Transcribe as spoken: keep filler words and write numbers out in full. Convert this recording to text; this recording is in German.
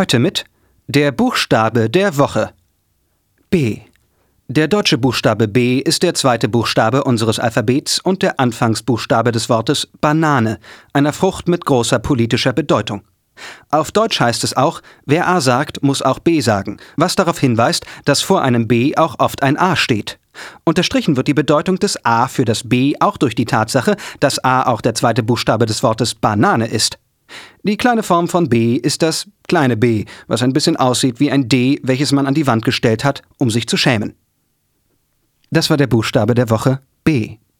Heute mit der Buchstabe der Woche. B. Der deutsche Buchstabe B ist der zweite Buchstabe unseres Alphabets und der Anfangsbuchstabe des Wortes Banane, einer Frucht mit großer politischer Bedeutung. Auf Deutsch heißt es auch, wer A sagt, muss auch B sagen, was darauf hinweist, dass vor einem B auch oft ein A steht. Unterstrichen wird die Bedeutung des A für das B auch durch die Tatsache, dass A auch der zweite Buchstabe des Wortes Banane ist. Die kleine Form von B ist das kleine b, was ein bisschen aussieht wie ein D, welches man an die Wand gestellt hat, um sich zu schämen. Das war der Buchstabe der Woche B.